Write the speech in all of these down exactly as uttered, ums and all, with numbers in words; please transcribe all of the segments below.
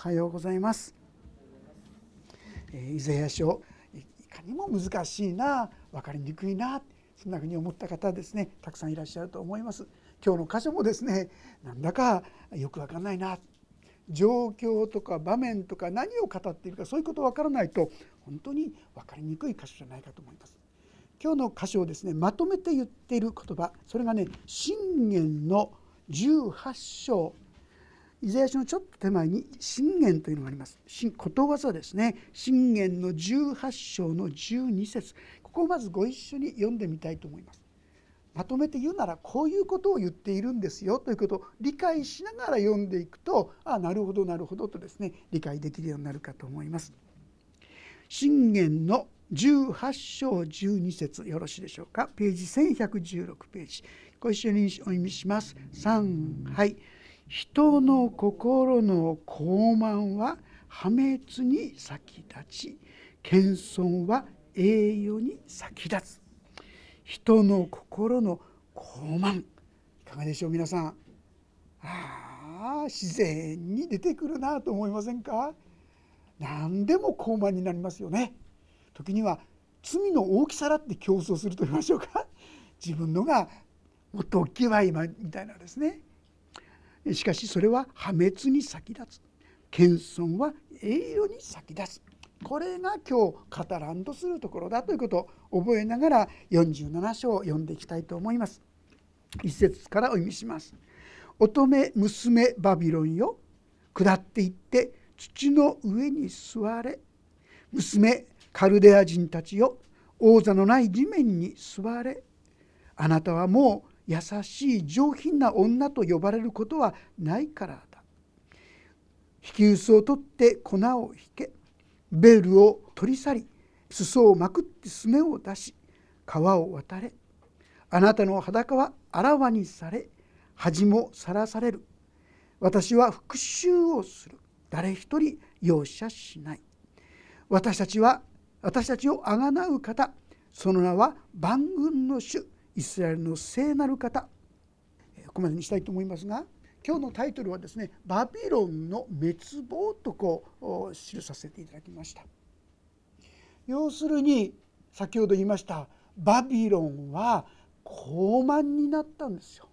はようございます。イザヤ書、いかにも難しいな、分かりにくいな、そんなふうに思った方ですね、たくさんいらっしゃると思います。今日の箇所もですね、なんだかよく分かんないな、状況とか場面とか何を語っているか、そういうこと分からないと本当に分かりにくい箇所じゃないかと思います。今日の箇所をですね、まとめて言っている言葉、それがね、箴言のじゅうはち章、イザヤ書のちょっと手前に箴言というのがあります。ことわざですね。箴言のじゅうはち章のじゅうに節、ここをまずご一緒に読んでみたいと思います。まとめて言うならこういうことを言っているんですよということを理解しながら読んでいくと、ああなるほどなるほどとですね、理解できるようになるかと思います。箴言のじゅうはち章じゅうに節、よろしいでしょうか。ページせんひゃくじゅうろくページ、ご一緒にお読みします。さん、はい。人の心の傲慢は破滅に先立ち、謙遜は栄誉に先立つ。人の心の傲慢、いかがでしょう皆さん。ああ、自然に出てくるなと思いませんか。何でも傲慢になりますよね。時には罪の大きさだって競争すると言いましょうか。自分のがもっと大きいわ今みたいなですね。しかしそれは破滅に先立つ、謙遜は栄誉に先立つ。これが今日語らんとするところだということを覚えながらよんじゅうなな章を読んでいきたいと思います。一節からお読みします。乙女娘バビロンよ、下っていって土の上に座れ。娘カルデア人たちよ、王座のない地面に座れ。あなたはもう優しい上品な女と呼ばれることはないからだ。引き臼を取って粉を引け、ベールを取り去り、裾をまくってすねを出し、川を渡れ。あなたの裸はあらわにされ、恥もさらされる。私は復讐をする。誰一人容赦しない。私たちは私たちをあがなう方、その名は万軍の主、イスラエルの聖なる方。ここまでにしたいと思いますが、今日のタイトルはですね、バビロンの滅亡とこう記させていただきました。要するに先ほど言いましたバビロンは傲慢になったんですよ。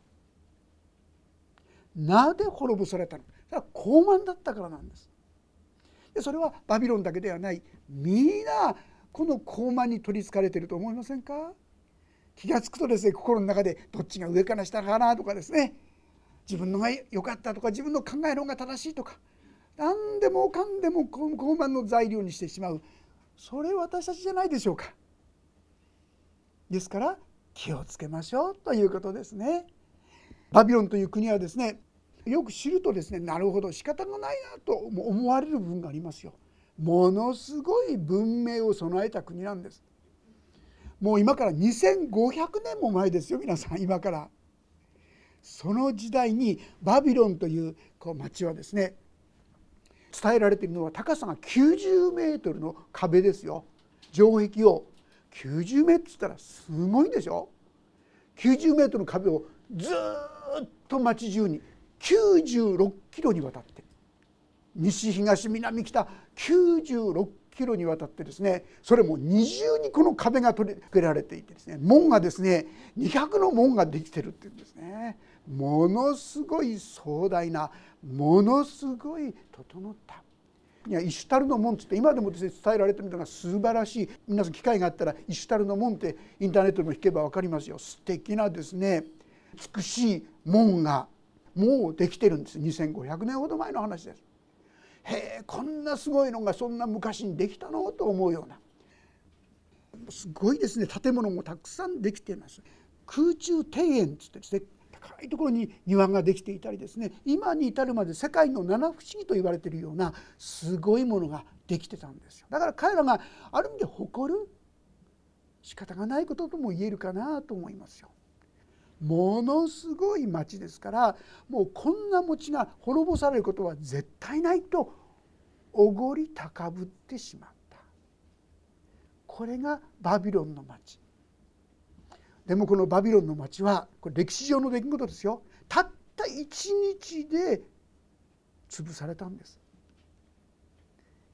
なぜ滅ぼされたのか、それは傲慢だったからなんです。でそれはバビロンだけではない、みんなこの傲慢に取りつかれていると思いませんか。気がつくとですね、心の中でどっちが上から下かなとかですね、自分のが良かったとか自分の考えの方が正しいとか、何でもかんでも傲慢の材料にしてしまう。それは私たちじゃないでしょうか。ですから気をつけましょうということですね。バビロンという国はですね、よく知るとですね、なるほど仕方がないなと思われる部分がありますよ。ものすごい文明を備えた国なんです。もう今からにせんごひゃくねんも前ですよ皆さん。今からその時代にバビロンというこう町はですね、伝えられているのは高さがきゅうじゅうメートルの壁ですよ。城壁をきゅうじゅうメートルって言ったらすごいでしょ。きゅうじゅうメートルの壁をずっと町中にきゅうじゅうろっキロにわたって、西東南北きゅうじゅうろっキロにわたってですね、それも二重にこの壁が取り付けられていてですね、門がですねにひゃくの門ができてるっていうんですね。ものすごい壮大な、ものすごい整った、いやイシュタルの門って今でもですね伝えられているのが素晴らしい。皆さん機会があったらイシュタルの門ってインターネットでも引けば分かりますよ。素敵なですね美しい門がもうできてるんです。にせんごひゃくねんほど前の話です。へえ、こんなすごいのがそんな昔にできたのと思うような、すごいですね。建物もたくさんできています。空中庭園つってですね、高いところに庭ができていたりですね、今に至るまで世界の七不思議と言われているようなすごいものができてたんですよ。だから彼らがある意味で誇る、仕方がないこととも言えるかなと思いますよ。ものすごい町ですから、もうこんな町が滅ぼされることは絶対ないとおごり高ぶってしまった。これがバビロンの町。でもこのバビロンの町はこれ歴史上の出来事ですよ。たった一日で潰されたんです。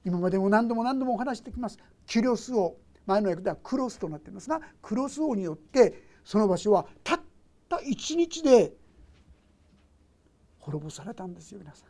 今までも何度も何度もお話してきますキュロス王、前の訳ではクロスとなっていますが、クロス王によってその場所はたった一日で滅ぼされたんですよ、皆さん。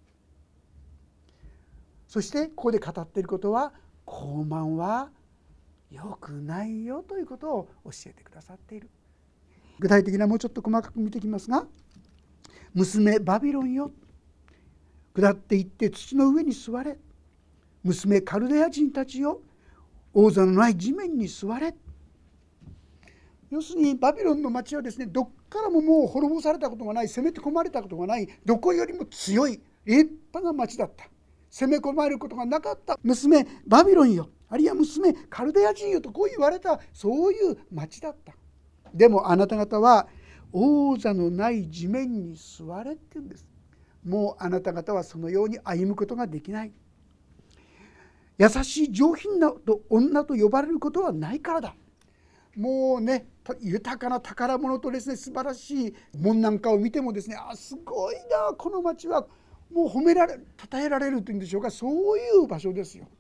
そしてここで語っていることは、傲慢は良くないよということを教えてくださっている。具体的なもうちょっと細かく見ていきますが、娘バビロンよ、下っていって土の上に座れ。娘カルデア人たちよ、王座のない地面に座れ。要するにバビロンの町はですね、どっからももう滅ぼされたことがない、攻め込まれたことがない、どこよりも強い立派な町だった。攻め込まれることがなかった娘バビロンよ、あるいは娘カルデア人よとこう言われた、そういう町だった。でもあなた方は王座のない地面に座れって言うんです。もうあなた方はそのように歩むことができない。優しい上品な女と呼ばれることはないからだ。もうね、豊かな宝物とですね、素晴らしい門なんかを見てもですね、あ、すごいな、この町はもう褒められ称えられるというんでしょうか、そういう場所ですよ。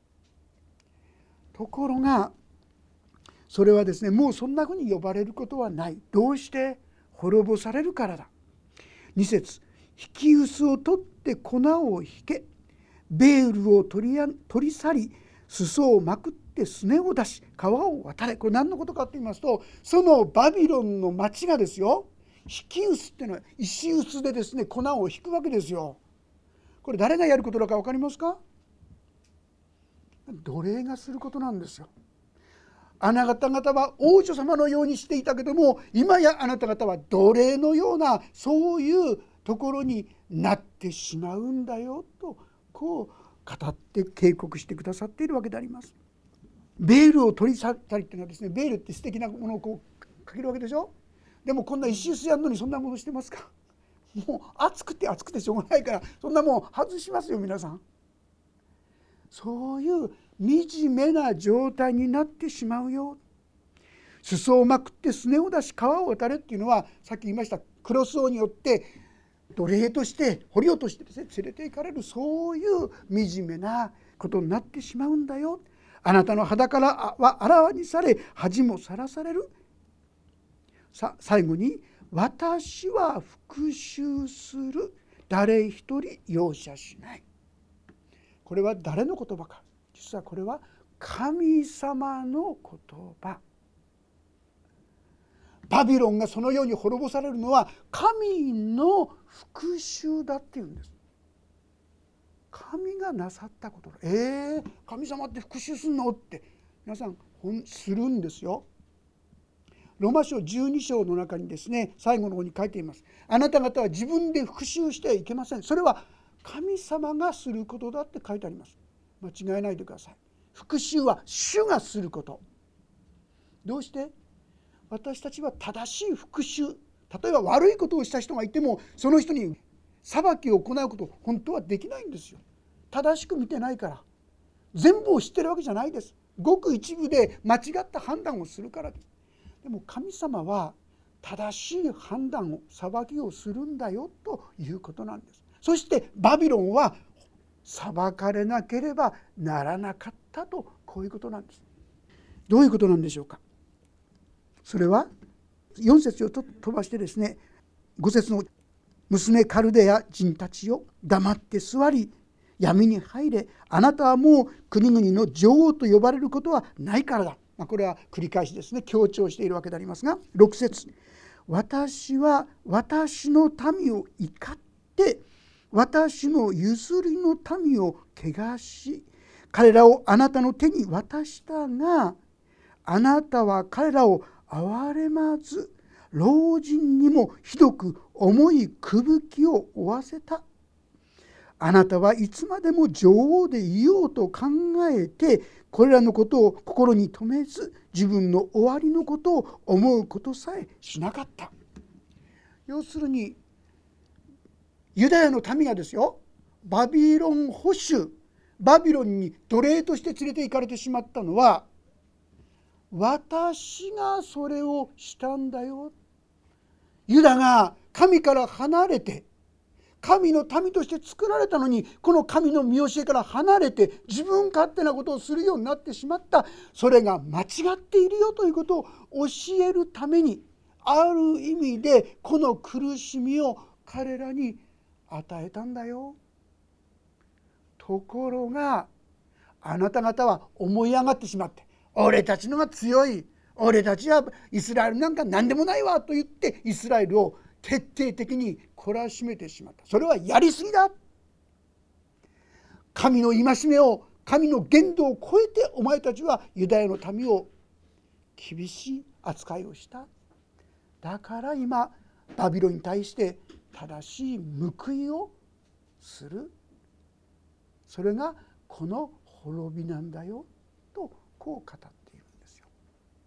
ところがそれはですね、もうそんなふうに呼ばれることはない。どうして？滅ぼされるからだ。に節、引き薄を取って粉を引け、ベールを取り取り去り、裾をまくってすねを出し、川を渡れ。これ何のことかと言いますと、そのバビロンの町がですよ、引き薄っていうのは石臼でですね、粉を引くわけですよ。これ誰がやることだか分かりますか？奴隷がすることなんですよ。あなた方は王女様のようにしていたけども、今やあなた方は奴隷のような、そういうところになってしまうんだよと、こう語って警告してくださっているわけであります。ベールを取り去ったりっていうのはですね、ベールって素敵なものをこうかけるわけでしょ。でもこんな石臼やるのにそんなものしてますか？もう暑くて暑くてしょうがないから、そんなもん外しますよ皆さん。そういう惨めな状態になってしまうよ。裾をまくってすねを出し川を渡れっていうのは、さっき言いましたクロス王によって奴隷として捕虜としてですね、連れて行かれる、そういう惨めなことになってしまうんだよ。あなたの裸はあらわにされ、恥もさらされる。さ最後に、私は復讐する、誰一人容赦しない。これは誰の言葉か。実はこれは神様の言葉。バビロンがそのように滅ぼされるのは神の復讐だっていうんです。神がなさったことだ。えー、神様って復讐するのって皆さんするんですよ。ローマ書じゅうに章の中にですね、最後の方に書いています。あなた方は自分で復讐してはいけません。それは神様がすることだって書いてあります。間違えないでください。復讐は主がすること。どうして？私たちは正しい復讐、例えば悪いことをした人がいても、その人に裁きを行うこと本当はできないんですよ。正しく見てないから。全部を知ってるわけじゃないです。ごく一部で間違った判断をするからです。でも神様は正しい判断を、裁きをするんだよということなんです。そしてバビロンは裁かれなければならなかったと、こういうことなんです。どういうことなんでしょうか。それはよん節を飛ばしてですね、ご節の娘カルデア人たちよ、黙って座り闇に入れ、あなたはもう国々の女王と呼ばれることはないからだ。まあ、これは繰り返しですね、強調しているわけでありますが、ろく節、私は私の民を怒って私の譲りの民を汚し、彼らをあなたの手に渡したが、あなたは彼らを憐れまず、老人にもひどく重いくぶきを負わせた。あなたはいつまでも女王でいようと考えて、これらのことを心に留めず、自分の終わりのことを思うことさえしなかった。要するにユダヤの民がですよ、バビロン捕囚、バビロンに奴隷として連れて行かれてしまったのは、私がそれをしたんだよ。ユダが神から離れて、 神の民として作られたのに、この神の見教えから離れて自分勝手なことをするようになってしまった。それが間違っているよということを教えるために、ある意味でこの苦しみを彼らに与えたんだよ。ところがあなた方は思い上がってしまって、俺たちのが強い、俺たちはイスラエルなんか何でもないわと言って、イスラエルを徹底的に懲らしめてしまった。それはやりすぎだ。神の戒めを、神の言動を超えてお前たちはユダヤの民を厳しい扱いをした。だから今バビロンに対して正しい報いをする。それがこの滅びなんだよとこう語っているんですよ。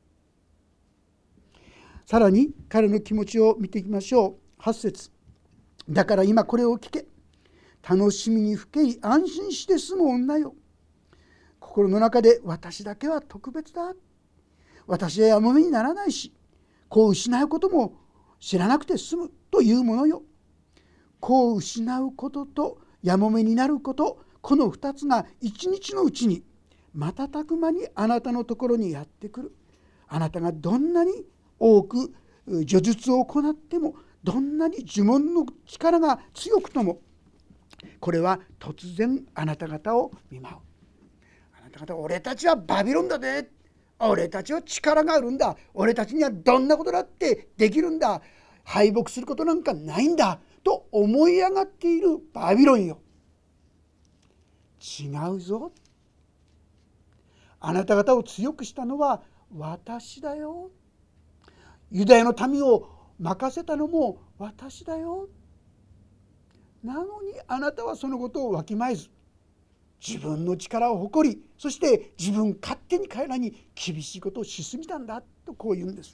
さらに彼の気持ちを見ていきましょう。はち節。だから今これを聞け。楽しみにふけい安心して住む女よ。心の中で私だけは特別だ。私はやもめにならないし、子を失うことも知らなくて済むというものよ。子を失うこととやもめになること、この二つが一日のうちに瞬く間にあなたのところにやってくる。あなたがどんなに多く叙述を行っても、どんなに呪文の力が強くとも、これは突然あなた方を見舞う。あなた方、俺たちはバビロンだで、俺たちは力があるんだ、俺たちにはどんなことだってできるんだ、敗北することなんかないんだと思い上がっているバビロンよ。違うぞ。あなた方を強くしたのは私だよ。ユダヤの民を任せたのも私だよ。なのにあなたはそのことをわきまえず、自分の力を誇り、そして自分勝手に彼らに厳しいことをしすぎたんだとこう言うんです。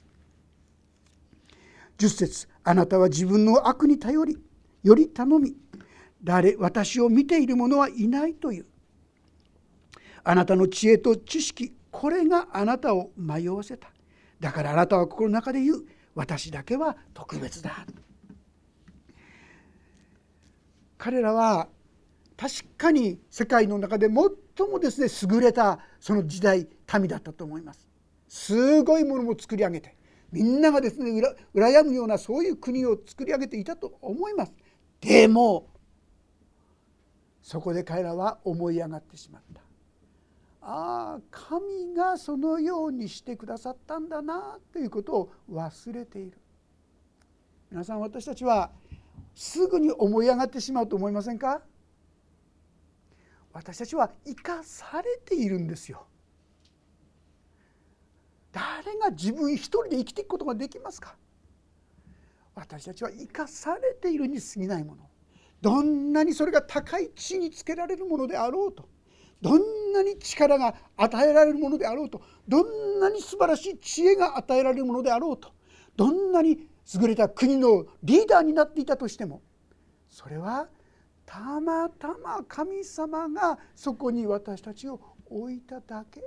じゅっ節。あなたは自分の悪に頼り、より頼み、誰私を見ている者はいないという。あなたの知恵と知識、これがあなたを迷わせた。だからあなたは心の中で言う。私だけは特別だ。彼らは確かに世界の中で最もですね優れたその時代民だったと思います。すごいものも作り上げて、みんながですね羨むようなそういう国を作り上げていたと思います。でもそこで彼らは思い上がってしまった。ああ、神がそのようにしてくださったんだなということを忘れている。皆さん、私たちはすぐに思い上がってしまうと思いませんか？私たちは生かされているんですよ。誰が自分一人で生きていくことができますか？私たちは生かされているに過ぎないもの。どんなにそれが高い地位につけられるものであろうと、どんなに力が与えられるものであろうと、どんなに素晴らしい知恵が与えられるものであろうと、どんなに優れた国のリーダーになっていたとしても、それはたまたま神様がそこに私たちを置いただけ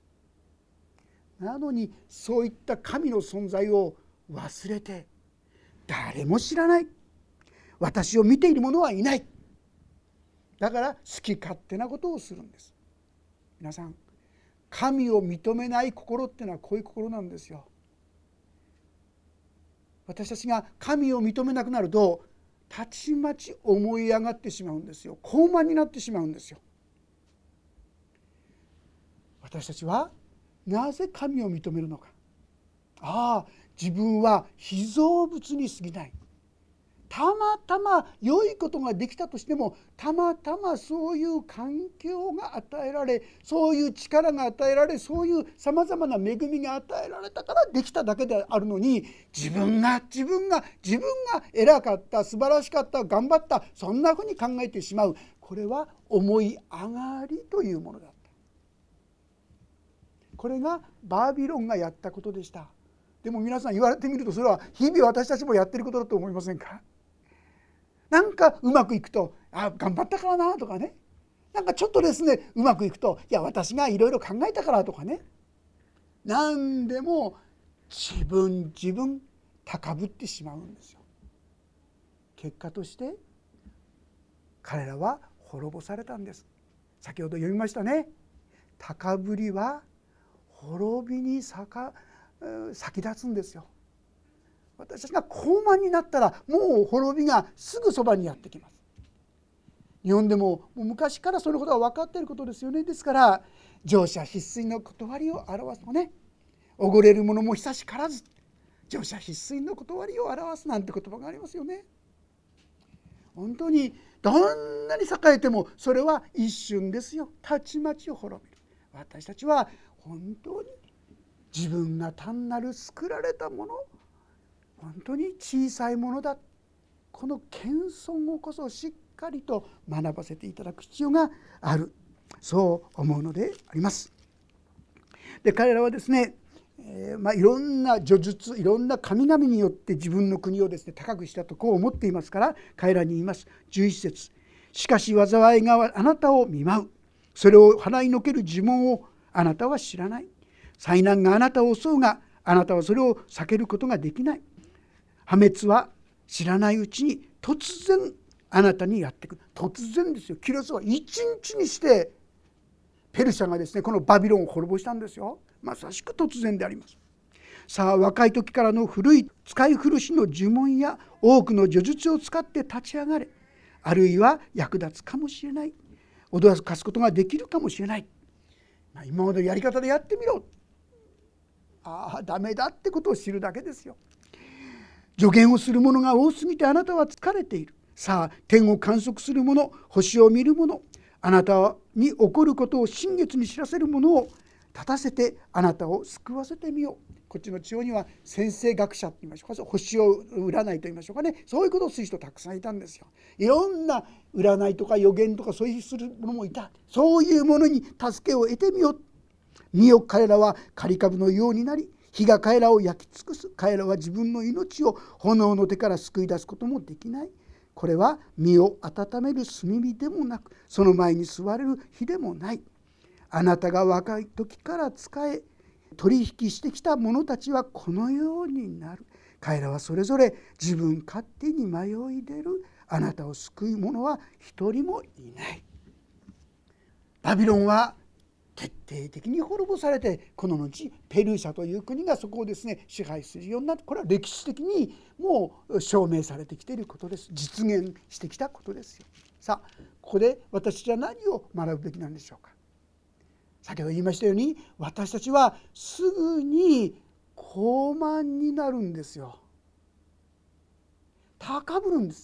なのに、そういった神の存在を忘れて、誰も知らない、私を見ている者はいない、だから好き勝手なことをするんです。皆さん、神を認めない心っていうのはこういう心なんですよ。私たちが神を認めなくなると、たちまち思い上がってしまうんですよ。高慢になってしまうんですよ。私たちはなぜ神を認めるのか。ああ、自分は被造物に過ぎない。たまたま良いことができたとしても、たまたまそういう環境が与えられ、そういう力が与えられ、そういうさまざまな恵みが与えられたからできただけであるのに、自分が自分が自分が偉かった、素晴らしかった、頑張った、そんなふうに考えてしまう。これは思い上がりというものだった。これがバビロンがやったことでした。でも皆さん、言われてみると、それは日々私たちもやっていることだと思いませんか？なんかうまくいくと、あ、頑張ったからなとかね、なんかちょっとですねうまくいくと、いや私がいろいろ考えたからとかね、何でも自分自分高ぶってしまうんですよ。結果として彼らは滅ぼされたんです。先ほど読みましたね。高ぶりは滅びに先立つんですよ。私たちが高慢になったらもう滅びがすぐそばにやってきます。日本でも昔からそのことは分かっていることですよね。ですから乗車必須の断りを表すとね、おごれる者も久しからず、乗車必須の断りを表すなんて言葉がありますよね。本当にどんなに栄えてもそれは一瞬ですよ。たちまち滅びる。私たちは本当に自分が単なる作られたもの、本当に小さいものだ、この謙遜をこそしっかりと学ばせていただく必要がある、そう思うのであります。で彼らはですね、えーまあ、いろんな叙述、いろんな神々によって自分の国をですね高くしたとこう思っていますから、彼らに言います。じゅういち節、しかし災いがあなたを見舞う、それを払いのける呪文をあなたは知らない。災難があなたを襲うがあなたはそれを避けることができない。破滅は知らないうちに突然あなたにやってくる。突然ですよ。キリストは一日にしてペルシャがですねこのバビロンを滅ぼしたんですよ。まさしく突然であります。さあ、若い時からの古い使い古しの呪文や多くの叙述を使って立ち上がれ、あるいは役立つかもしれない、脅かすことができるかもしれない、まあ、今までのやり方でやってみろ、ああダメだってことを知るだけですよ。助言をする者が多すぎてあなたは疲れている。さあ、天を観測する者、星を見る者、あなたに起こることを新月に知らせる者を立たせてあなたを救わせてみよう。こっちの地方には先生学者と言いましょうか、星を占いと言いましょうかね、そういうことをする人たくさんいたんですよ。いろんな占いとか予言とかそういうする者もいた。そういうものに助けを得てみよう。見よ、彼らは刈り株のようになり、火が彼らを焼き尽くす。彼らは自分の命を炎の手から救い出すこともできない。これは身を温める炭火でもなく、その前に座れる火でもない。あなたが若い時から仕え取引してきた者たちはこのようになる。彼らはそれぞれ自分勝手に迷い出る。あなたを救う者は一人もいない。バビロンは徹底的に滅ぼされて、この後ペルシャという国がそこをですね支配するようになって、これは歴史的にもう証明されてきていることです。実現してきたことですよ。さあ、ここで私たちは何を学ぶべきなんでしょうか。先ほど言いましたように、私たちはすぐに高慢になるんですよ。高ぶるんです。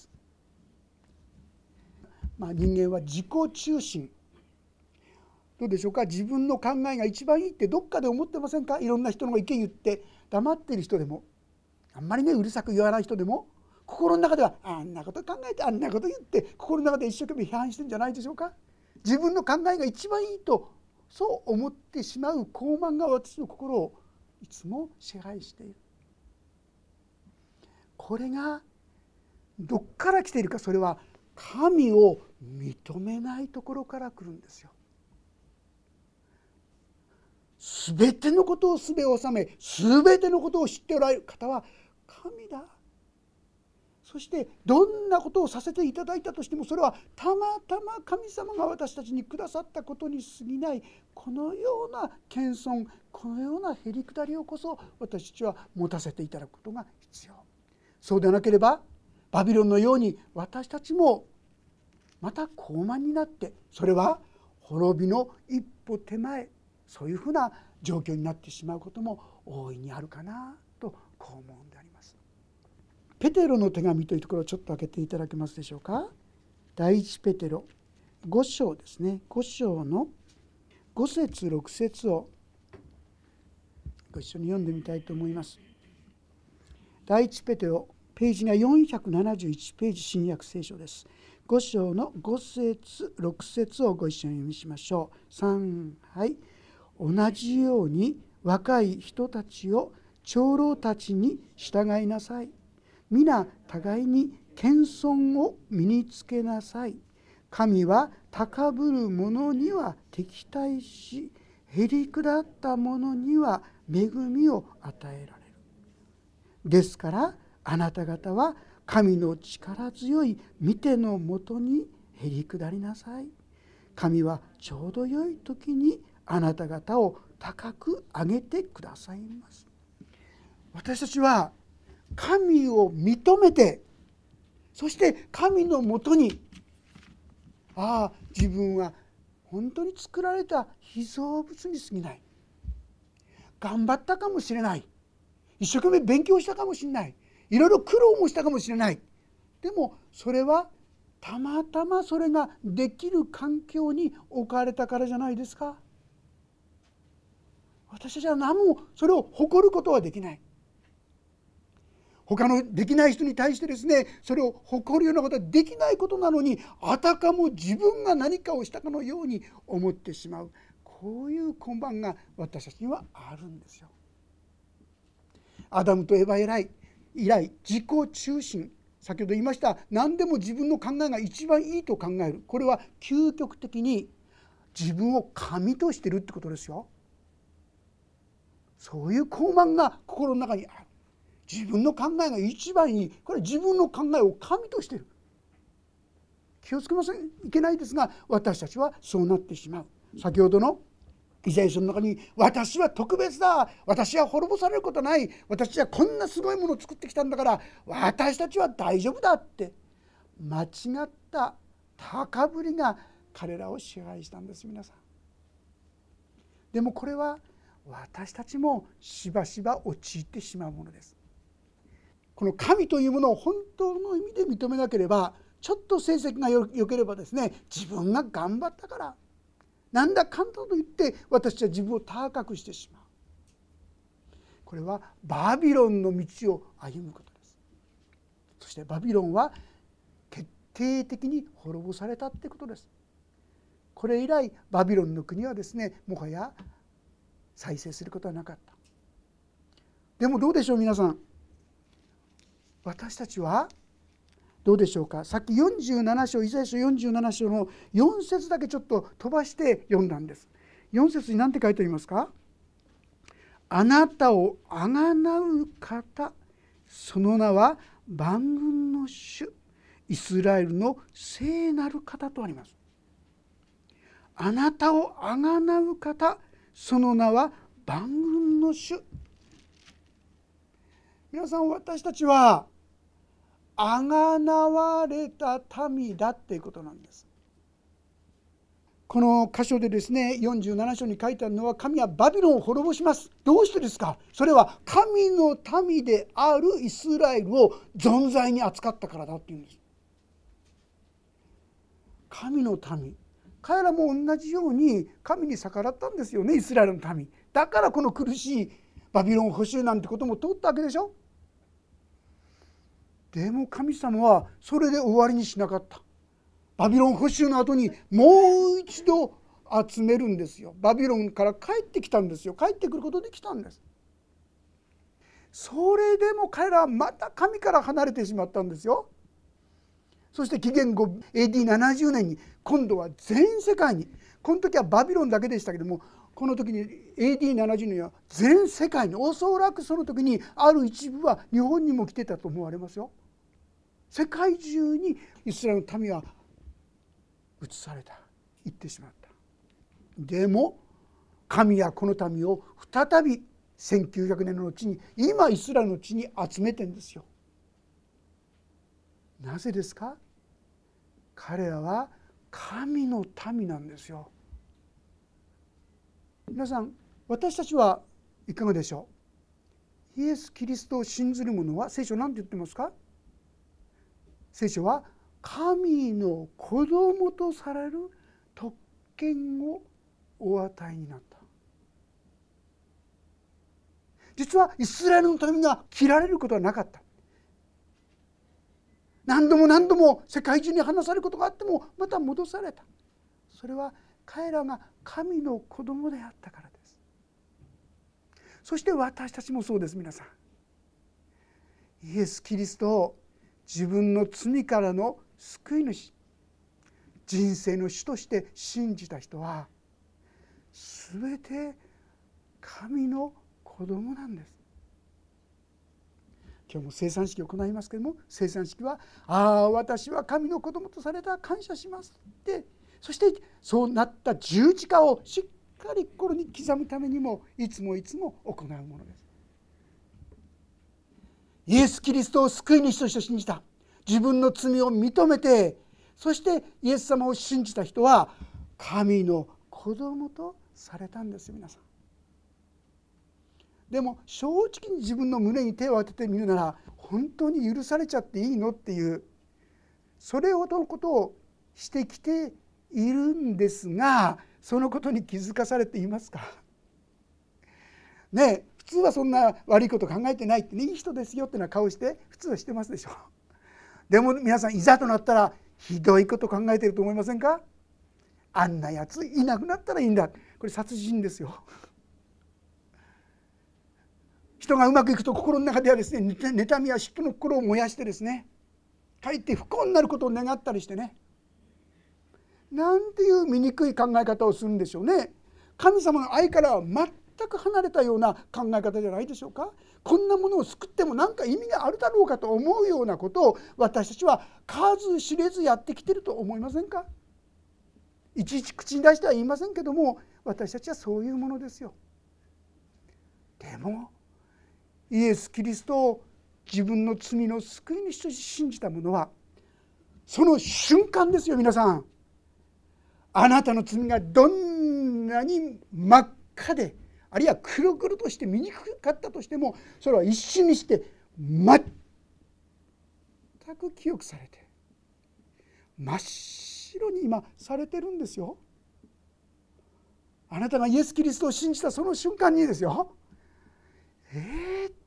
まあ、人間は自己中心、どうでしょうか。自分の考えが一番いいってどっかで思ってませんか。いろんな人の意見言って黙っている人でも、あんまりねうるさく言わない人でも、心の中ではあんなこと考えてあんなこと言って心の中で一生懸命批判してるんじゃないでしょうか。自分の考えが一番いいとそう思ってしまう高慢が私の心をいつも支配している。これがどっから来ているか。それは神を認めないところから来るんですよ。すべてのことをすべを治め、すべてのことを知っておられる方は神だ。そしてどんなことをさせていただいたとしても、それはたまたま神様が私たちにくださったことに過ぎない。このような謙遜、このようなへりくだりをこそ私たちは持たせていただくことが必要。そうでなければバビロンのように私たちもまた高慢になって、それは滅びの一歩手前、そういうふうな状況になってしまうことも大いにあるかなとこう思うんであります。ペテロの手紙というところをちょっと開けていただけますでしょうか。第一ペテロご章ですね。ご章のご節ろく節をご一緒に読んでみたいと思います。第一ペテロページがよんひゃくななじゅういちページ、新約聖書です。ご章のご節ろく節をご一緒に読みしましょう。さん、はい。同じように若い人たちを長老たちに従いなさい。皆互いに謙遜を身につけなさい。神は高ぶる者には敵対し、へりくだった者には恵みを与えられる。ですからあなた方は神の力強い御手のもとにへり下りなさい。神はちょうど良い時にあなた方を高く上げてくださいます。私たちは神を認めて、そして神のもとに、ああ自分は本当に作られた被造物に過ぎない、頑張ったかもしれない、一生懸命勉強したかもしれない、いろいろ苦労もしたかもしれない、でもそれはたまたまそれができる環境に置かれたからじゃないですか。私たちは何もそれを誇ることはできない。他のできない人に対してですね、それを誇るようなことはできないことなのに、あたかも自分が何かをしたかのように思ってしまう、こういう根盤が私たちにはあるんですよ。アダムとエバ以来以来自己中心、先ほど言いました何でも自分の考えが一番いいと考える、これは究極的に自分を神としているってことですよ。そういう傲慢が心の中にある。自分の考えが一番いい、これは自分の考えを神としている。気をつけませんいけないですが、私たちはそうなってしまう。先ほどのイザヤ書の中に、私は特別だ、私は滅ぼされることない、私はこんなすごいものを作ってきたんだから私たちは大丈夫だって間違った高ぶりが彼らを支配したんです。皆さん、でもこれは私たちもしばしば陥ってしまうものです。この神というものを本当の意味で認めなければ、ちょっと成績がよければですね、自分が頑張ったからなんだかんだと言って私は自分を高くしてしまう。これはバビロンの道を歩むことです。そしてバビロンは徹底的に滅ぼされたってことです。これ以来バビロンの国はですね、もはや再生することはなかった。でもどうでしょう皆さん、私たちはどうでしょうか。さっきよんじゅうなな章、イザヤ書よんじゅうなな章のよん節だけちょっと飛ばして読んだんです。よん節に何て書いてありますか。あなたをあがなう方、その名は万軍の主、イスラエルの聖なる方とあります。あなたをあがなう方、その名は万軍の主。皆さん、私たちはあがなわれた民だっていうことなんです。この箇所でですね、よんじゅうなな章に書いてあるのは、神はバビロンを滅ぼします。どうしてですか。それは神の民であるイスラエルを存在に扱ったからだっていうんです。神の民、彼らも同じように神に逆らったんですよね、イスラエルの民。だからこの苦しいバビロン捕囚なんてことも通ったわけでしょ。でも神様はそれで終わりにしなかった。バビロン捕囚の後にもう一度集めるんですよ。バビロンから帰ってきたんですよ。帰ってくることできたんです。それでも彼らはまた神から離れてしまったんですよ。そして紀元後 エーディーななじゅう 年に今度は全世界に、この時はバビロンだけでしたけども、この時に エーディーななじゅう 年は全世界に、おそらくその時にある一部は日本にも来てたと思われますよ。世界中にイスラエルの民は移された、行ってしまった。でも神はこの民を再びせんきゅうひゃくねんの後に今イスラエルの地に集めてんですよ。なぜですか。彼らは神の民なんですよ。皆さん、私たちはいかがでしょう。イエス・キリストを信ずる者は、聖書何て言ってますか。聖書は神の子供とされる特権をお与えになった。実はイスラエルの民が切られることはなかった。何度も何度も世界中に離されることがあってもまた戻された。それは彼らが神の子供であったからです。そして私たちもそうです。皆さん、イエス・キリストを自分の罪からの救い主、人生の主として信じた人はすべて神の子供なんです。 今日も生産式を行いますけれども、生産式は「ああ私は神の子供とされた、感謝します」って、そしてそうなった十字架をしっかり心に刻むためにもいつもいつも行うものです。イエス・キリストを救い主として信じた、自分の罪を認めて、そしてイエス様を信じた人は神の子供とされたんですよ、皆さん。でも正直に自分の胸に手を当ててみるなら、本当に許されちゃっていいのっていう、それほどのことをしてきているんですが、そのことに気づかされていますかね。普通はそんな悪いこと考えてないってね、いい人ですよっていうような顔して普通はしてますでしょ。でも皆さん、いざとなったらひどいこと考えていると思いませんか。あんなやついなくなったらいいんだ、これ殺人ですよ。人がうまくいくと心の中ではですね、妬みや嫉妬の心を燃やしてですね、かえって不幸になることを願ったりしてね、なんていう醜い考え方をするんでしょうね。神様の愛からは全く離れたような考え方じゃないでしょうか。こんなものを救っても何か意味があるだろうかと思うようなことを私たちは数知れずやってきていると思いませんか。いちいち口に出しては言いませんけども、私たちはそういうものですよ。でもイエス・キリストを自分の罪の救い主として信じた者は、その瞬間ですよ、皆さん。あなたの罪がどんなに真っ赤で、あるいは黒々として醜かったとしても、それは一瞬にして全く記憶されて、真っ白に今されてるんですよ。あなたがイエス・キリストを信じたその瞬間にですよ。えー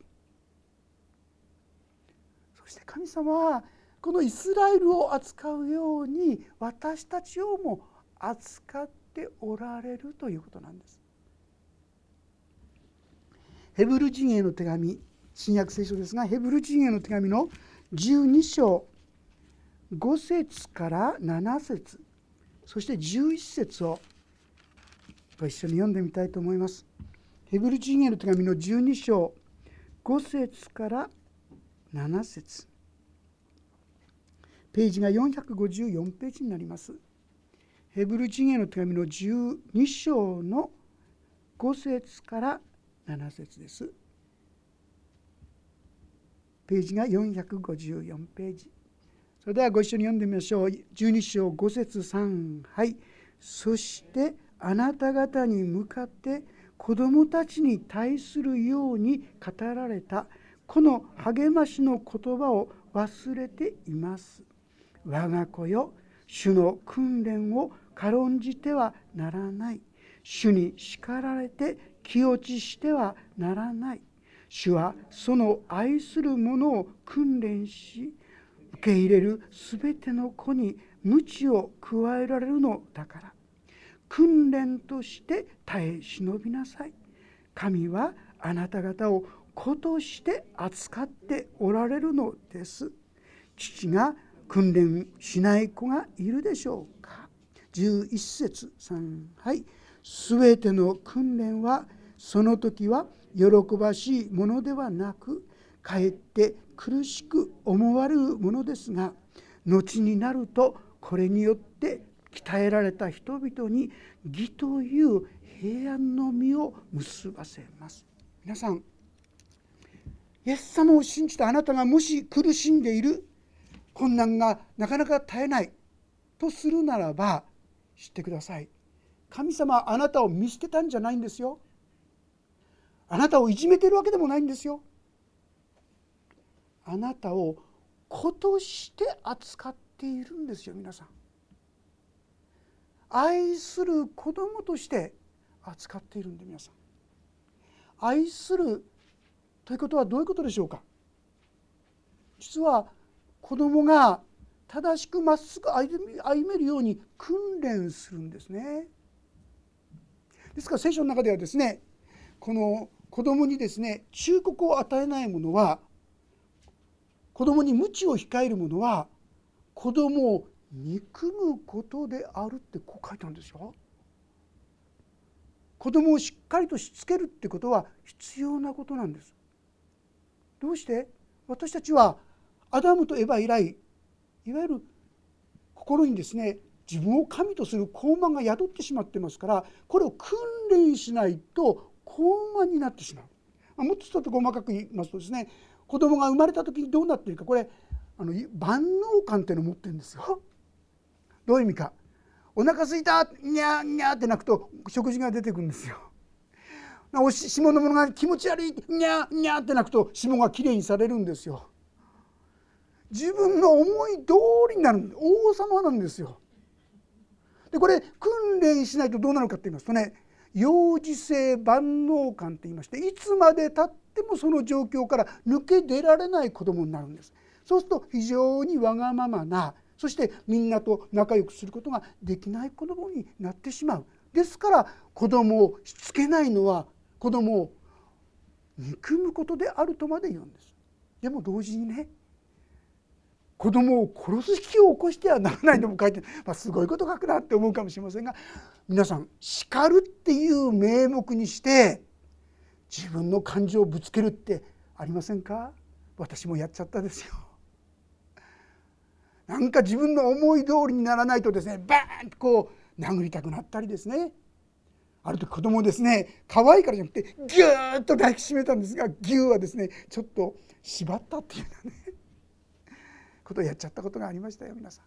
そして神様はこのイスラエルを扱うように私たちをも扱っておられるということなんです。ヘブル人への手紙、新約聖書ですが、ヘブル人への手紙のじゅうに章ご節からなな節、そしてじゅういち節をご一緒に読んでみたいと思います。ヘブル人への手紙のじゅうに章ご節からなな節、ページがよんひゃくごじゅうよんページになります。ヘブル人への手紙のじゅうに章のご節からなな節です。ページがよんひゃくごじゅうよんページ。それではご一緒に読んでみましょう。じゅうに章ご節さん、はい。そしてあなた方に向かって子供たちに対するように語られたこの励ましの言葉を忘れています。我が子よ、主の訓練を軽んじてはならない。主に叱られて気落ちしてはならない。主はその愛する者を訓練し、受け入れるすべての子に鞭を加えられるのだから、訓練として耐え忍びなさい。神はあなた方を子として扱っておられるのです。父が訓練しない子がいるでしょうか。じゅういち節さん、はい。すべての訓練はその時は喜ばしいものではなく、かえって苦しく思われるものですが、後になるとこれによって鍛えられた人々に義という平安の実を結ばせます。皆さん、イエス様を信じたあなたがもし苦しんでいる、困難がなかなか絶えないとするならば、知ってください。神様はあなたを見捨てたんじゃないんですよ。あなたをいじめているわけでもないんですよ。あなたを子として扱っているんですよ。皆さん、愛する子供として扱っているんで、皆さん、愛するということはどういうことでしょうか。実は子供が正しくまっすぐ歩めるように訓練するんですね。ですから聖書の中ではですね、この子供にですね、忠告を与えない者は、子供に鞭を控える者は子供を憎むことであるってこう書いてあるんですよ。子供をしっかりとしつけるってことは必要なことなんです。どうして？ 私たちはアダムとエバ以来、いわゆる心にですね、自分を神とする高慢が宿ってしまってますから、これを訓練しないと高慢になってしまう。もっとちょっと細かく言いますとですね、子供が生まれた時にどうなっているか、これあの万能感っていうのを持ってるんですよ。どういう意味か、お腹すいたにゃーにゃーって鳴くと食事が出てくるんですよ。おし下のものが気持ち悪いにゃーにゃーって鳴くと下がきれいにされるんですよ。自分の思い通りになる、王様なんですよ。でこれ訓練しないとどうなるかと言いますとね、幼児性万能感と言いまして、いつまでたってもその状況から抜け出られない子供になるんです。そうすると非常にわがままな、そしてみんなと仲良くすることができない子供になってしまう。ですから子供をしつけないのは子供を憎むことであるとまで言うんです。でも同時にね、子供を殺す気を起こしてはならないとも書いて、まあ、すごいこと書くなって思うかもしれませんが、皆さん叱るっていう名目にして自分の感情をぶつけるってありませんか？私もやっちゃったですよ。なんか自分の思い通りにならないとですね、バーンとこう殴りたくなったりですね、ある時子供をですね、可愛いからじゃなくてギューッと抱きしめたんですが、ギューはですねちょっと縛ったっていうようなねことをやっちゃったことがありましたよ。皆さん、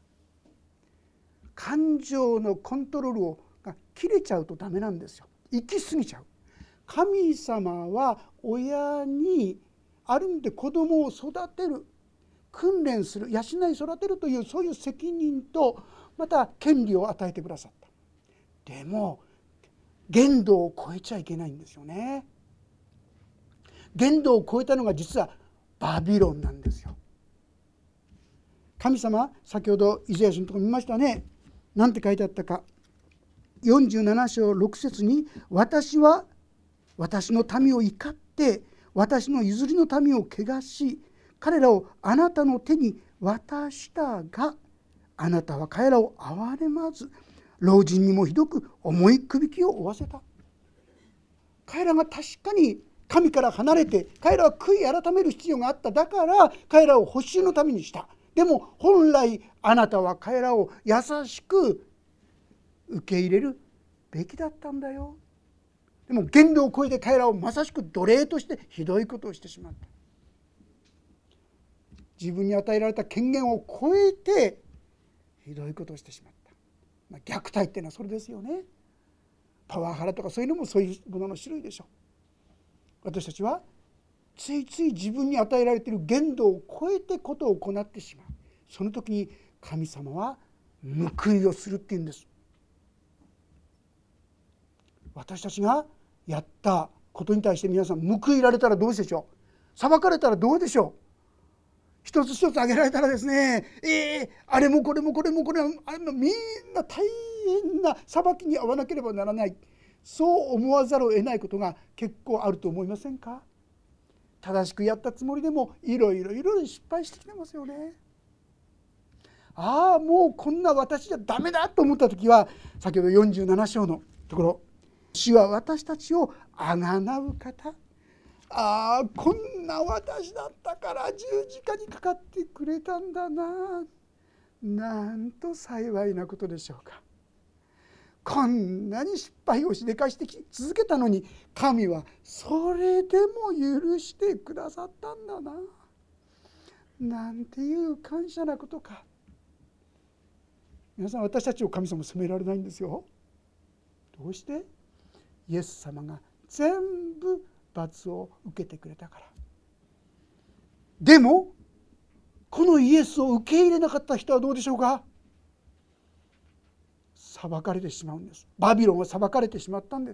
感情のコントロールをが切れちゃうとダメなんですよ。行き過ぎちゃう。神様は親にある意味で子供を育てる、訓練する、養い育てるというそういう責任とまた権利を与えてくださった。でも限度を超えちゃいけないんですよね。限度を超えたのが実はバビロンなんですよ。神様、先ほどイザヤ書のところ見ましたね。なんて書いてあったか。よんじゅうなな章ろく節に、私は私の民を怒って私の譲りの民を汚し、彼らをあなたの手に渡したが、あなたは彼らを憐れまず、老人にもひどく重いくびきを負わせた。彼らが確かに神から離れて、彼らは悔い改める必要があった。だから彼らを補修のためにした。でも本来あなたは彼らを優しく受け入れるべきだったんだよ。でも限度を超えて彼らをまさしく奴隷としてひどいことをしてしまった。自分に与えられた権限を超えてひどいことをしてしまった。まあ、虐待っていうのはそれですよね。パワハラとかそういうのもそういうものの種類でしょう。私たちはついつい自分に与えられている限度を超えてことを行ってしまう。その時に神様は報いをするっていうんです。私たちがやったことに対して皆さん報いられたらどうでしょう。裁かれたらどうでしょう。一つ一つ挙げられたらですね、えー、あれもこれもこれもこれもあれもみんな大変な裁きに遭わなければならない、そう思わざるを得ないことが結構あると思いませんか。正しくやったつもりでもいろいろいろいろ失敗してきてますよね。ああ、もうこんな私じゃダメだと思った時は、先ほどよんじゅうなな章のところ、主は私たちをあがなう方、ああ、こんな私だったから十字架にかかってくれたんだな、なんと幸いなことでしょうか。こんなに失敗をしでかしてき続けたのに、神はそれでも許してくださったんだな、なんていう感謝なことか。皆さん、私たちを神様責められないんですよ。どうして？イエス様が全部罰を受けてくれたから。でもこのイエスを受け入れなかった人はどうでしょうか。裁かれてしまうんです。バビロンは裁かれてしまったんです。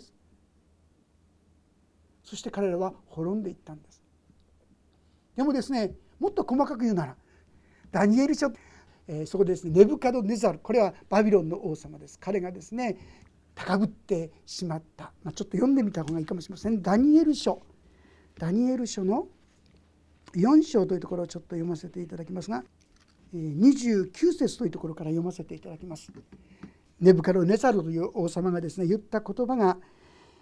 そして彼らは滅んでいったんです。でもですね、もっと細かく言うなら、ダニエル書、えー、そこでですね、ネブカドネザル、これはバビロンの王様です。彼がですね高ぶってしまった、まあ、ちょっと読んでみた方がいいかもしれません。ダニエル書ダニエル書のよん章というところをちょっと読ませていただきますが、にじゅうきゅう節というところから読ませていただきます。ネブカドネザルという王様がですね言った言葉が、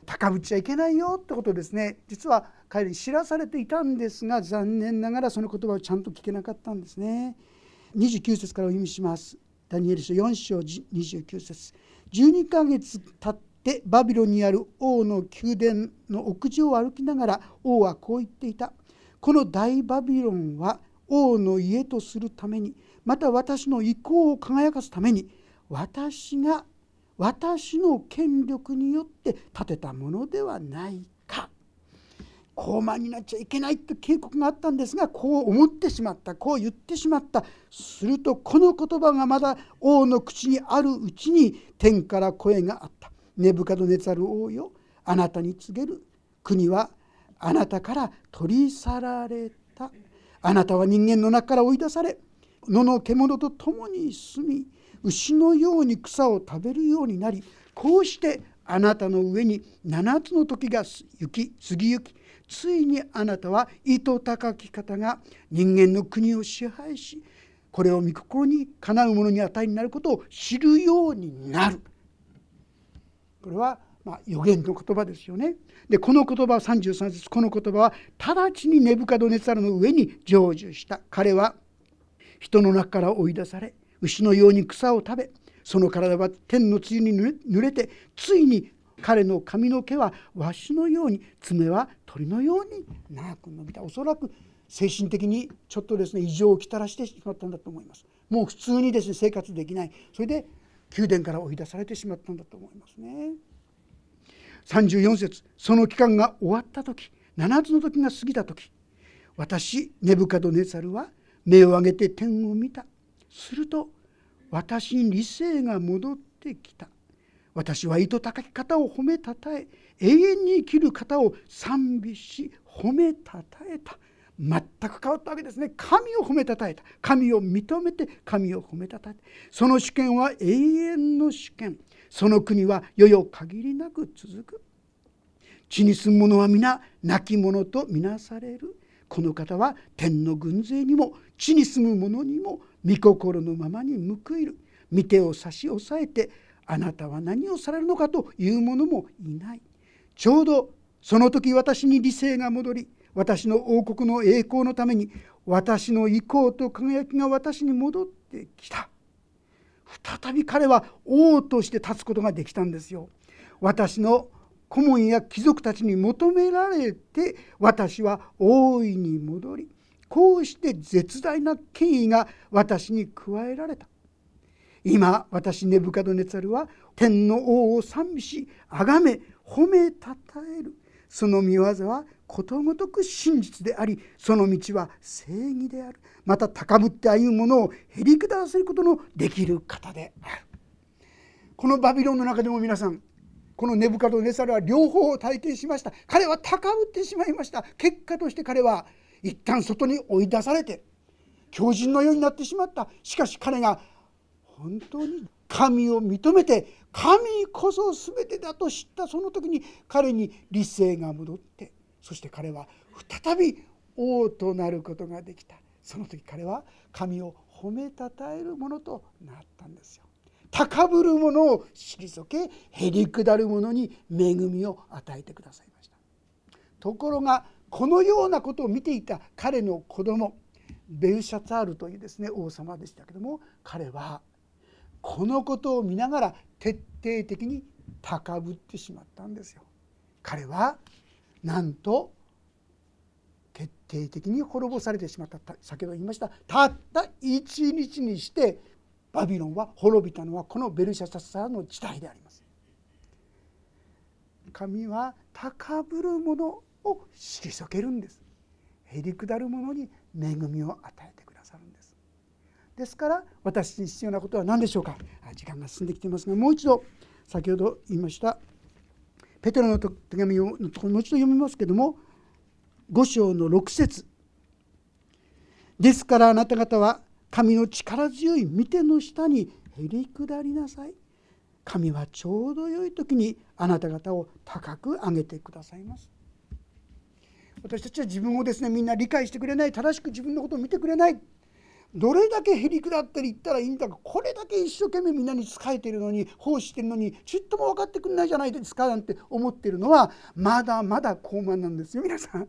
高ぶっちゃいけないよってことをですね、実は彼に知らされていたんですが、残念ながらその言葉をちゃんと聞けなかったんですね。にじゅうきゅう節からお読みします。ダニエル書よん章にじゅうきゅう節。じゅうにかげつ経ってバビロンにある王の宮殿の屋上を歩きながら王はこう言っていた。この大バビロンは王の家とするために、また私の意向を輝かすために、私が私の権力によって建てたものではないか。高慢になっちゃいけないと警告があったんですが、こう思ってしまった、こう言ってしまった。するとこの言葉がまだ王の口にあるうちに、天から声があった。ネブカドネツァル王よ、あなたに告げる。国はあなたから取り去られた。あなたは人間の中から追い出され、野の獣と共に住み、牛のように草を食べるようになり、こうしてあなたの上に七つの時が行き過ぎ行き、ついにあなたは糸高き方が人間の国を支配し、これを御心にかなう者に値になることを知るようになる。これはまあ預言の言葉ですよね。でこの言葉はさんじゅうさん節、この言葉は直ちにネブカドネツァルの上に成就した。彼は人の中から追い出され、牛のように草を食べ、その体は天の露に濡れて、ついに彼の髪の毛はわしのように、爪は鳥のように長く伸びた。おそらく精神的にちょっとですね異常をきたらしてしまったんだと思います。もう普通にですね生活できない。それで宮殿から追い出されてしまったんだと思いますね。さんじゅうよん節、その期間が終わった時、七つの時が過ぎた時、私ネブカドネツァルは目を上げて天を見た。すると私に理性が戻ってきた。私は糸高き方を褒めたたえ、永遠に生きる方を賛美し褒めたたえた。全く変わったわけですね。神を褒めたたえた。神を認めて神を褒めたたえた。その主権は永遠の主権。その国は世々限りなく続く。地に住む者は皆亡き者とみなされる。この方は天の軍勢にも地に住む者にも御心のままに報いる。御手を差し押さえて、あなたは何をされるのかという者もいない。ちょうどその時私に理性が戻り、私の王国の栄光のために私の意向と輝きが私に戻ってきた。再び彼は王として立つことができたんですよ。私の顧問や貴族たちに求められて、私は王位に戻り、こうして絶大な権威が私に加えられた。今私ネブカドネツァルは天の王を賛美し崇め褒めたたえる。その御業はことごとく真実であり、その道は正義である。また高ぶって歩む者をへり下らせることのできる方である。このバビロンの中でも皆さん、このネブカドネツァルは両方を体験しました。彼は高ぶってしまいました。結果として彼は一旦外に追い出されて狂人のようになってしまった。しかし彼が本当に神を認めて、神こそ全てだと知ったその時に彼に理性が戻って、そして彼は再び王となることができた。その時彼は神を褒めたたえるものとなったんですよ。高ぶる者を退け、へり下る者に恵みを与えてくださいました。ところがこのようなことを見ていた彼の子供ベルシャツァールというですね王様でしたけども、彼はこのことを見ながら徹底的に高ぶってしまったんですよ。彼はなんと徹底的に滅ぼされてしまった。先ほど言いました、たった一日にしてバビロンは滅びたのはこのベルシャツァールの時代であります。神は高ぶる者を退けるんです。へり下る者に恵みを与えてくださるんです。ですから私に必要なことは何でしょうか。時間が進んできていますが、もう一度先ほど言いましたペテロの手紙をのところもう一度読みますけれども、ご章のろく節、ですからあなた方は神の力強い御手の下にへり下りなさい。神はちょうど良い時にあなた方を高く上げてくださいます。私たちは自分をですねみんな理解してくれない、正しく自分のことを見てくれない、 どれだけへりくだったり言ったらいいんだか、これだけ一生懸命みんなに仕えているのに、奉仕しているのにちっとも分かってくれないじゃないですかなんて思っているのは、まだまだ高慢なんですよ皆さん。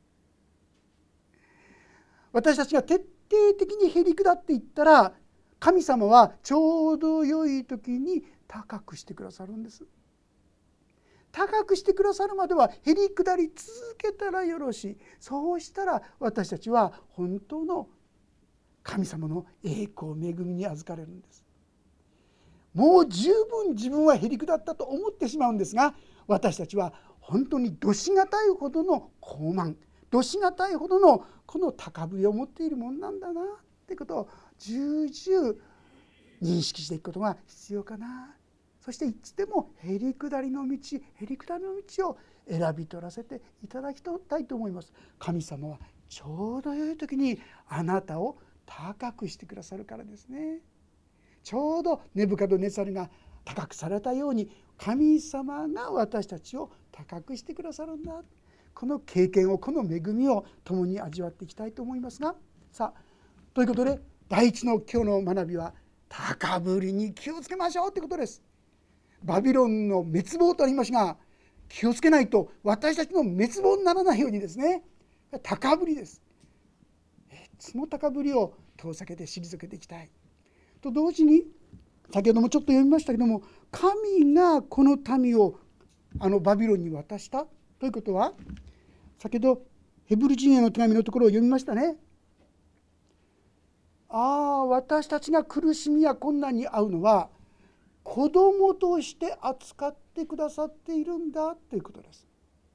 私たちが徹底的にへりくだっていったら、神様はちょうど良い時に高くしてくださるんです。高くしてくださるまではへりくだり続けたらよろしい。そうしたら私たちは本当の神様の栄光恵みに預かれるんです。もう十分自分はへりくだったと思ってしまうんですが、私たちは本当にどしがたいほどの高慢、どしがたいほどのこの高ぶりを持っているもんなんだなってことを重々認識していくことが必要かな。そしていつでもへりくだりの道、へりくだりの道を選び取らせていただきたいと思います。神様はちょうど良い時にあなたを高くしてくださるからですね。ちょうどネブカドネザルが高くされたように、神様が私たちを高くしてくださるんだ。この経験を、この恵みを共に味わっていきたいと思いますが、さあということで第一の今日の学びは、高ぶりに気をつけましょうということです。バビロンの滅亡とありますが、気をつけないと私たちの滅亡にならないようにですね、高ぶりです。その高ぶりを遠ざけて退けていきたいと同時に、先ほどもちょっと読みましたけども、神がこの民をあのバビロンに渡したということは、先ほどヘブル人への手紙のところを読みましたね。ああ、私たちが苦しみや困難に遭うのは子供として扱ってくださっているんだということです。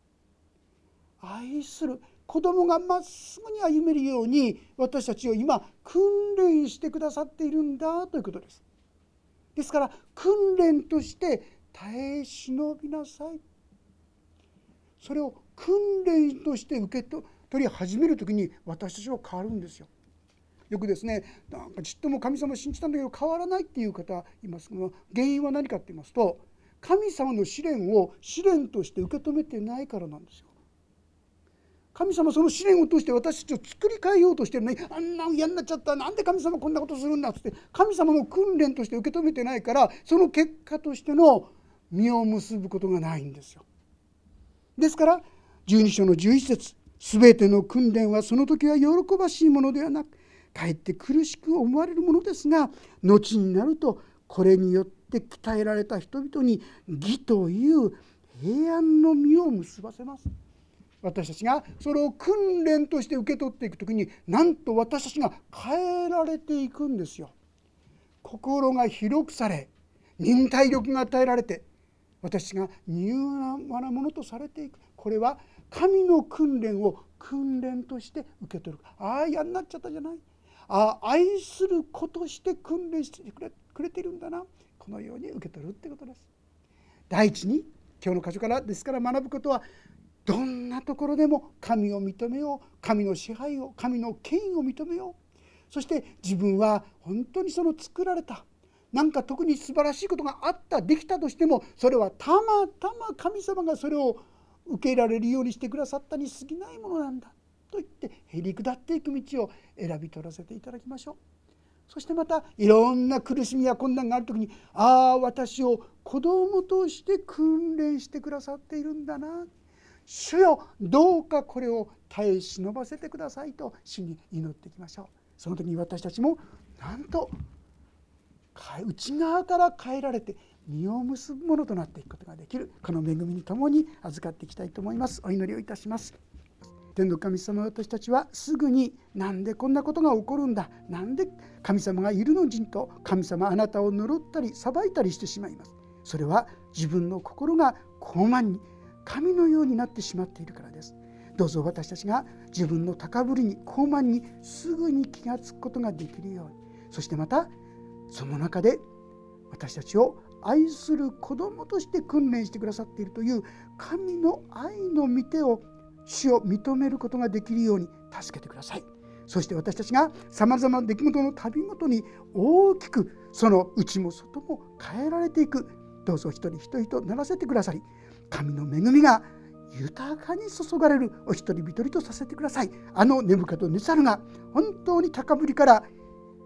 愛する子供がまっすぐに歩めるように私たちを今訓練してくださっているんだということです。ですから訓練として耐え忍びなさい。それを訓練として受け取り始めるときに私たちは変わるんですよ。よくですね、なんかちっとも神様を信じたんだけど変わらないっていう方いますが、原因は何かって言いますと、神様の試練を試練として受け止めてないからなんですよ。神様その試練を通して私たちを作り変えようとしてるのに、あんな嫌になっちゃった、なんで神様こんなことするんだっつって神様の訓練として受け止めてないから、その結果としての実を結ぶことがないんですよ。ですからじゅうに章のじゅういち節、すべての訓練はその時は喜ばしいものではなく、かえって苦しく思われるものですが、後になるとこれによって鍛えられた人々に義という平安の実を結ばせます。私たちがそれを訓練として受け取っていくときに、なんと私たちが変えられていくんですよ。心が広くされ、忍耐力が与えられて、私が柔和なものとされていく。これは神の訓練を訓練として受け取る。ああ嫌になっちゃったじゃない、ああ愛する子として訓練してく れ, くれてるんだな、このように受け取るってことです。第一に今日の箇所からですから学ぶことは、どんなところでも神を認めよう、神の支配を、神の権威を認めよう。そして自分は本当にその作られた、なんか特に素晴らしいことがあった、できたとしても、それはたまたま神様がそれを受け入れられるようにしてくださったに過ぎないものなんだと言ってへりくだっていく道を選び取らせていただきましょう。そしてまたいろんな苦しみや困難があるときに、ああ私を子供として訓練してくださっているんだな、主よどうかこれを耐え忍ばせてくださいと主に祈っていきましょう。その時に私たちもなんと内側から変えられて実を結ぶものとなっていくことができる、この恵みにともに預かっていきたいと思います。お祈りをいたします。天の神様、私たちはすぐになんでこんなことが起こるんだ、なんで神様がいるの人と神様あなたを呪ったり裁いたりしてしまいます。それは自分の心が高慢に神のようになってしまっているからです。どうぞ私たちが自分の高ぶりに高慢にすぐに気がつくことができるように、そしてまたその中で私たちを愛する子供として訓練してくださっているという神の愛の御手を主を認めることができるように助けてください。そして私たちがさまざまな出来事の度ごとに大きくその内も外も変えられていく、どうぞ一人一人とならせてくださり、神の恵みが豊かに注がれるお一人一人とさせてください。あのネブカドネザルが本当に高ぶりから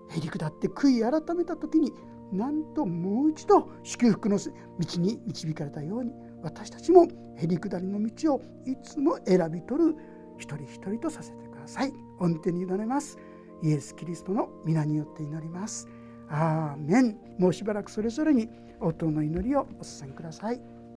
へり下って悔い改めた時に、なんともう一度祝福の道に導かれたように、私たちもへり下りの道をいつも選び取る一人一人とさせてください。御手に委ねます。イエス・キリストの皆によって祈ります。アーメン。もうしばらくそれぞれに応答の祈りをお捧げください。